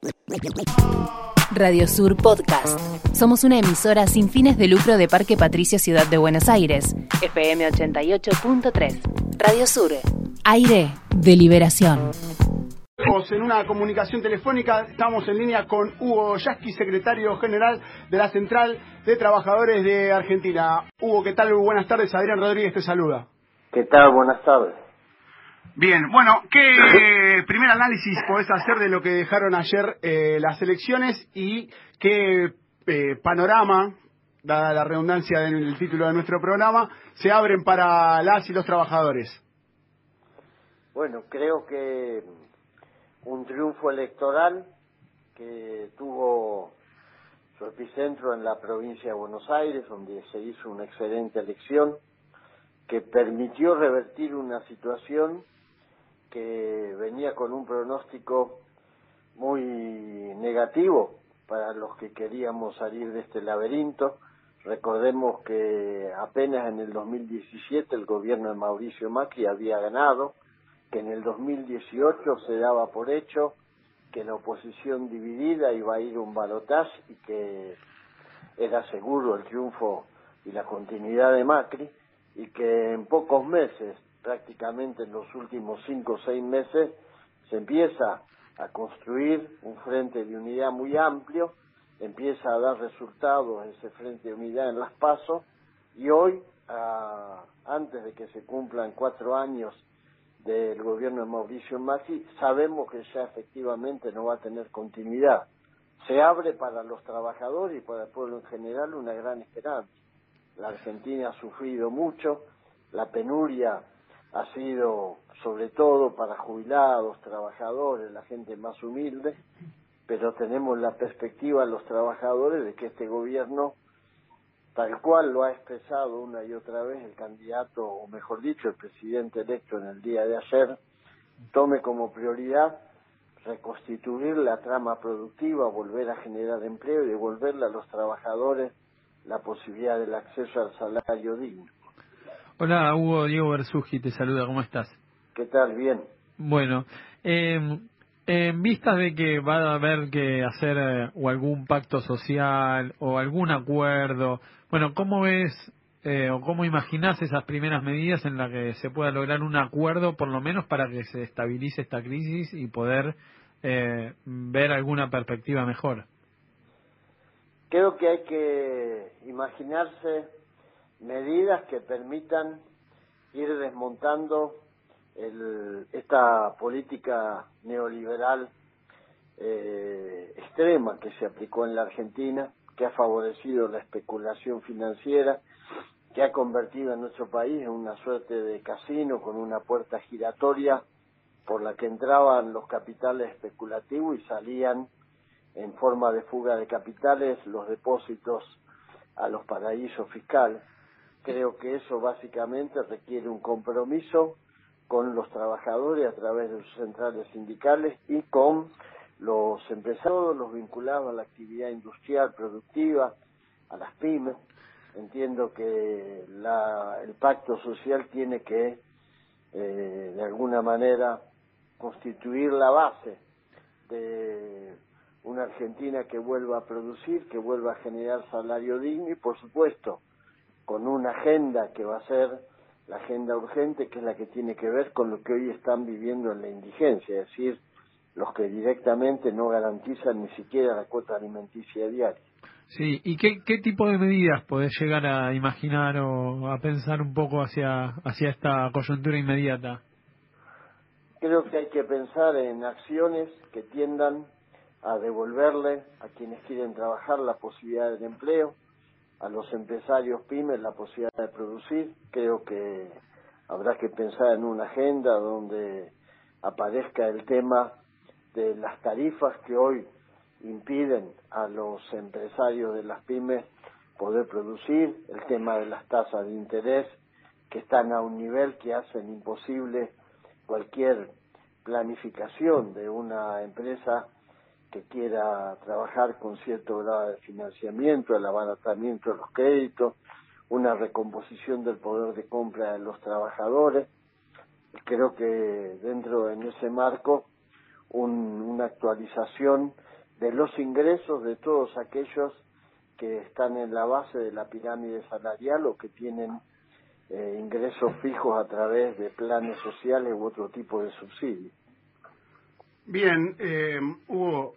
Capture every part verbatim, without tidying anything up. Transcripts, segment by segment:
Radio Sur Podcast. Somos una emisora sin fines de lucro de Parque Patricio, Ciudad de Buenos Aires. F M ochenta y ocho punto tres. Radio Sur. Aire de liberación. En una comunicación telefónica estamos en línea con Hugo Yasky, secretario general de la Central de Trabajadores de Argentina. Hugo, ¿qué tal? Buenas tardes. Adrián Rodríguez te saluda. ¿Qué tal? Buenas tardes. Bien, bueno, ¿qué primer análisis podés hacer de lo que dejaron ayer eh, las elecciones y qué eh, panorama, dada la redundancia del título de nuestro programa, se abren para las y los trabajadores? Bueno, creo que un triunfo electoral que tuvo su epicentro en la provincia de Buenos Aires, donde se hizo una excelente elección, que permitió revertir una situación que venía con un pronóstico muy negativo para los que queríamos salir de este laberinto. Recordemos que apenas en el dos mil diecisiete el gobierno de Mauricio Macri había ganado, que en el dos mil dieciocho se daba por hecho que la oposición dividida iba a ir a un balotaje y que era seguro el triunfo y la continuidad de Macri, y que en pocos meses, prácticamente en los últimos cinco o seis meses, se empieza a construir un frente de unidad muy amplio, empieza a dar resultados ese frente de unidad en las PASO, y hoy, a, antes de que se cumplan cuatro años del gobierno de Mauricio Macri, sabemos que ya efectivamente no va a tener continuidad. Se abre para los trabajadores y para el pueblo en general una gran esperanza. La Argentina ha sufrido mucho, la penuria ha sido sobre todo para jubilados, trabajadores, la gente más humilde, pero tenemos la perspectiva los trabajadores de que este gobierno, tal cual lo ha expresado una y otra vez el candidato, o mejor dicho, el presidente electo en el día de ayer, tome como prioridad reconstituir la trama productiva, volver a generar empleo y devolverle a los trabajadores la posibilidad del acceso al salario digno. Hola Hugo, Diego Bersugi te saluda, ¿cómo estás? ¿Qué tal? Bien. Bueno, eh, en vistas de que va a haber que hacer eh, o algún pacto social o algún acuerdo, bueno, ¿cómo ves eh, o cómo imaginás esas primeras medidas en las que se pueda lograr un acuerdo, por lo menos para que se estabilice esta crisis y poder eh, ver alguna perspectiva mejor? Creo que hay que imaginarse medidas que permitan ir desmontando el, esta política neoliberal eh, extrema que se aplicó en la Argentina, que ha favorecido la especulación financiera, que ha convertido a nuestro país en una suerte de casino con una puerta giratoria por la que entraban los capitales especulativos y salían en forma de fuga de capitales los depósitos a los paraísos fiscales. Creo que eso básicamente requiere un compromiso con los trabajadores a través de sus centrales sindicales y con los empresarios, los vinculados a la actividad industrial productiva, a las pymes. Entiendo que la, el pacto social tiene que, eh, de alguna manera, constituir la base de una Argentina que vuelva a producir, que vuelva a generar salario digno y, por supuesto, con una agenda que va a ser la agenda urgente, que es la que tiene que ver con lo que hoy están viviendo en la indigencia, es decir, los que directamente no garantizan ni siquiera la cuota alimenticia diaria. Sí, ¿y qué, qué tipo de medidas podés llegar a imaginar o a pensar un poco hacia, hacia esta coyuntura inmediata? Creo que hay que pensar en acciones que tiendan a devolverle a quienes quieren trabajar la posibilidad del empleo, a los empresarios pymes la posibilidad de producir. Creo que habrá que pensar en una agenda donde aparezca el tema de las tarifas que hoy impiden a los empresarios de las pymes poder producir, el tema de las tasas de interés que están a un nivel que hacen imposible cualquier planificación de una empresa que quiera trabajar con cierto grado de financiamiento, el abaratamiento de los créditos, una recomposición del poder de compra de los trabajadores. Creo que dentro de ese marco un, una actualización de los ingresos de todos aquellos que están en la base de la pirámide salarial o que tienen eh, ingresos fijos a través de planes sociales u otro tipo de subsidios. Bien, eh, Hugo,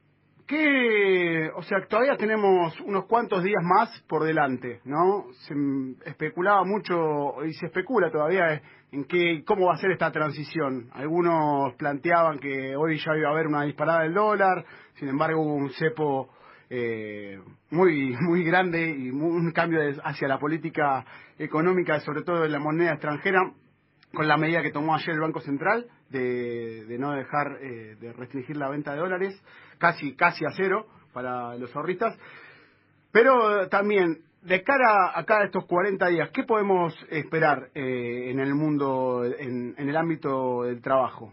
¿qué, o sea, todavía tenemos unos cuantos días más por delante, ¿no? Se especulaba mucho y se especula todavía en qué, cómo va a ser esta transición. Algunos planteaban que hoy ya iba a haber una disparada del dólar, sin embargo hubo un cepo eh, muy muy grande y un cambio de, hacia la política económica, sobre todo de la moneda extranjera, con la medida que tomó ayer el Banco Central de, de no dejar, eh, de restringir la venta de dólares, casi casi a cero para los ahorristas. Pero eh, también, de cara a cada estos cuarenta días, ¿qué podemos esperar eh, en el mundo, en, en el ámbito del trabajo?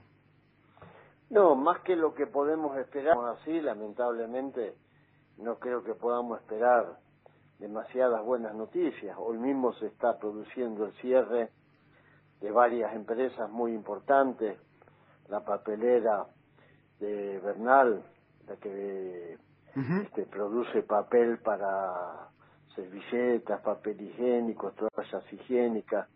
No, más que lo que podemos esperar así, lamentablemente, no creo que podamos esperar demasiadas buenas noticias. Hoy mismo se está produciendo el cierre de varias empresas muy importantes, la papelera de Bernal, la que uh-huh. este, produce papel para servilletas, papel higiénico, toallas higiénicas,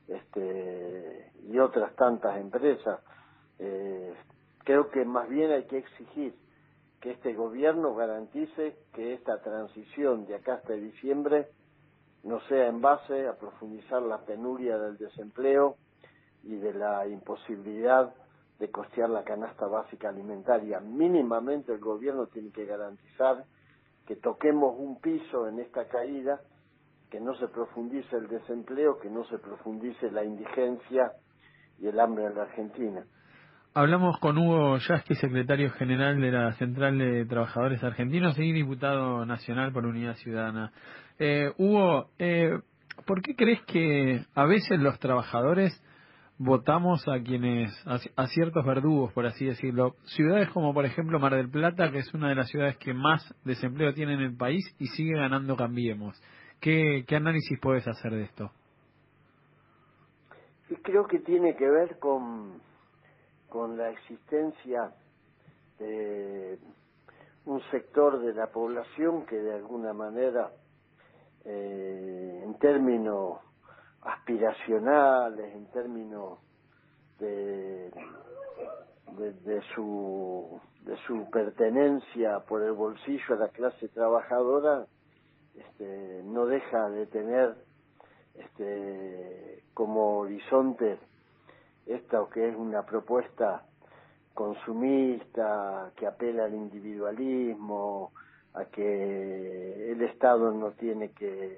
este, y otras tantas empresas. Eh, creo que más bien hay que exigir que este gobierno garantice que esta transición de acá hasta diciembre no sea en base a profundizar la penuria del desempleo y de la imposibilidad de costear la canasta básica alimentaria. Mínimamente el gobierno tiene que garantizar que toquemos un piso en esta caída, que no se profundice el desempleo, que no se profundice la indigencia y el hambre en la Argentina. Hablamos con Hugo Yasky, secretario general de la Central de Trabajadores Argentinos y diputado nacional por Unidad Ciudadana. Eh, Hugo, eh, ¿por qué crees que a veces los trabajadores votamos a quienes, a, a ciertos verdugos, por así decirlo? Ciudades como, por ejemplo, Mar del Plata, que es una de las ciudades que más desempleo tiene en el país y sigue ganando Cambiemos. ¿Qué, qué análisis puedes hacer de esto? Y creo que tiene que ver con... con la existencia de un sector de la población que de alguna manera, eh, en términos aspiracionales, en términos de, de, de su de su pertenencia por el bolsillo a la clase trabajadora, este, no deja de tener este, como horizonte esta que es una propuesta consumista, que apela al individualismo, a que el Estado no tiene que,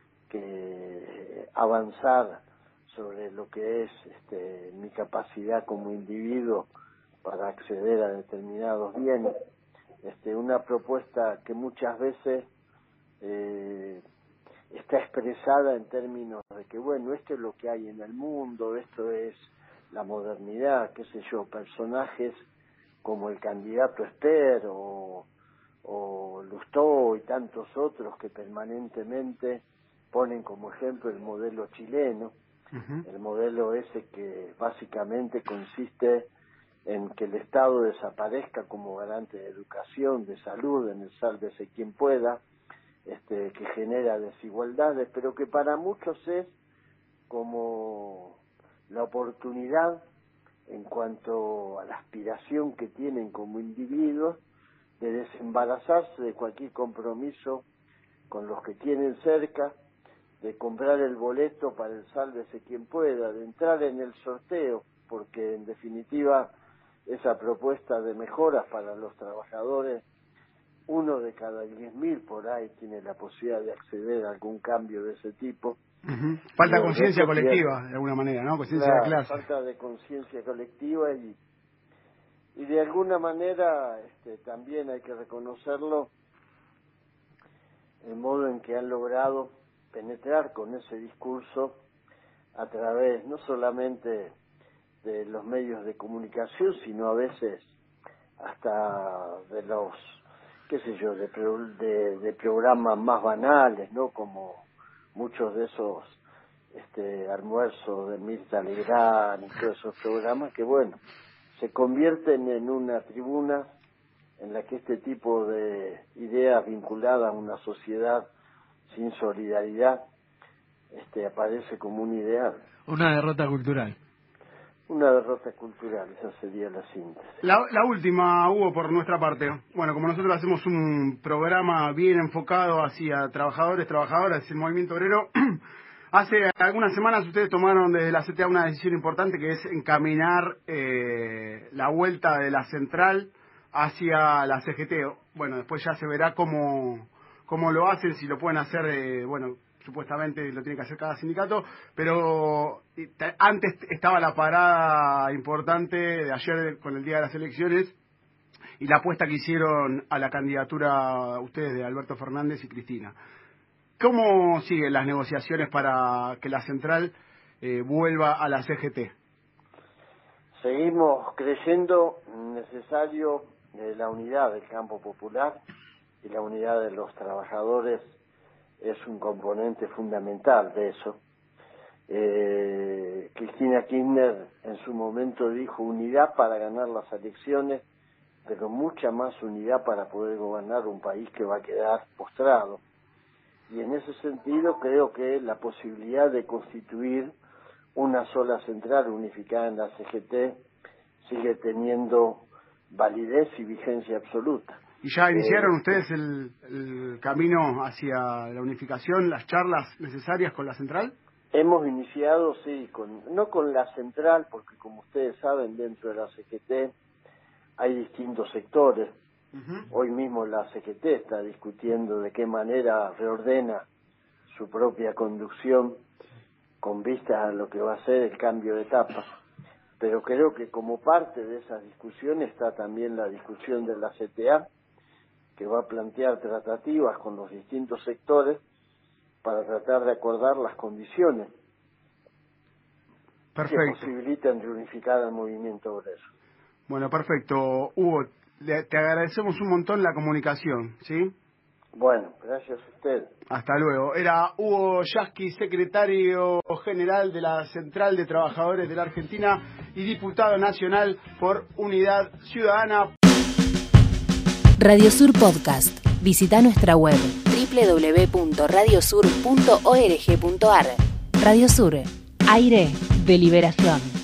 que avanzar sobre lo que es este, mi capacidad como individuo para acceder a determinados bienes. Este, una propuesta que muchas veces eh, está expresada en términos de que, bueno, esto es lo que hay en el mundo, esto es la modernidad, qué sé yo, personajes como el candidato Esper o, o Lustó y tantos otros que permanentemente ponen como ejemplo el modelo chileno, uh-huh. el modelo ese que básicamente consiste en que el Estado desaparezca como garante de educación, de salud, en el sálvese quien pueda, este, que genera desigualdades, pero que para muchos es como la oportunidad en cuanto a la aspiración que tienen como individuos de desembarazarse de cualquier compromiso con los que tienen cerca, de comprar el boleto para el sálvese quien pueda, de entrar en el sorteo, porque en definitiva esa propuesta de mejoras para los trabajadores, uno de cada diez mil por ahí tiene la posibilidad de acceder a algún cambio de ese tipo. Uh-huh. Falta conciencia colectiva, tiene, de alguna manera, ¿no? Conciencia claro, de clase. Falta de conciencia colectiva y, y de alguna manera este, también hay que reconocerlo, el modo en que han logrado penetrar con ese discurso a través no solamente de los medios de comunicación, sino a veces hasta de los, qué sé yo, de, de, de programas más banales, ¿no? Como muchos de esos este almuerzos de Mirta Legrand y todos esos programas que, bueno, se convierten en una tribuna en la que este tipo de ideas vinculadas a una sociedad sin solidaridad este, aparece como un ideal. Una derrota cultural. Una derrota cultural, esa sería la síntesis. La, la última, Hugo, por nuestra parte. Bueno, como nosotros hacemos un programa bien enfocado hacia trabajadores, trabajadoras, el movimiento obrero, hace algunas semanas ustedes tomaron desde la C T A una decisión importante, que es encaminar eh, la vuelta de la central hacia la C G T. Bueno, después ya se verá cómo, cómo lo hacen, si lo pueden hacer, eh, bueno, supuestamente lo tiene que hacer cada sindicato, pero antes estaba la parada importante de ayer con el día de las elecciones y la apuesta que hicieron a la candidatura ustedes de Alberto Fernández y Cristina. ¿Cómo siguen las negociaciones para que la central eh, vuelva a la C G T? Seguimos creyendo necesario eh, la unidad del campo popular y la unidad de los trabajadores es un componente fundamental de eso. Eh, Cristina Kirchner en su momento dijo unidad para ganar las elecciones, pero mucha más unidad para poder gobernar un país que va a quedar postrado. Y en ese sentido creo que la posibilidad de constituir una sola central unificada en la C G T sigue teniendo validez y vigencia absoluta. ¿Y ya iniciaron eh, ustedes el, el camino hacia la unificación, las charlas necesarias con la central? Hemos iniciado, sí, con, no con la central, porque como ustedes saben, dentro de la C G T hay distintos sectores. Uh-huh. Hoy mismo la C G T está discutiendo de qué manera reordena su propia conducción con vista a lo que va a ser el cambio de etapa. Pero creo que como parte de esas discusiones está también la discusión de la C T A, que va a plantear tratativas con los distintos sectores para tratar de acordar las condiciones perfecto. que posibilitan reunificar al movimiento obrero. Bueno, perfecto. Hugo, le, te agradecemos un montón la comunicación, ¿sí? Bueno, gracias a usted. Hasta luego. Era Hugo Yasky, secretario general de la Central de Trabajadores de la Argentina y diputado nacional por Unidad Ciudadana. Radiosur Podcast. Visita nuestra web doble u doble u doble u punto radiosur punto org punto ar. Radiosur. Aire de liberación.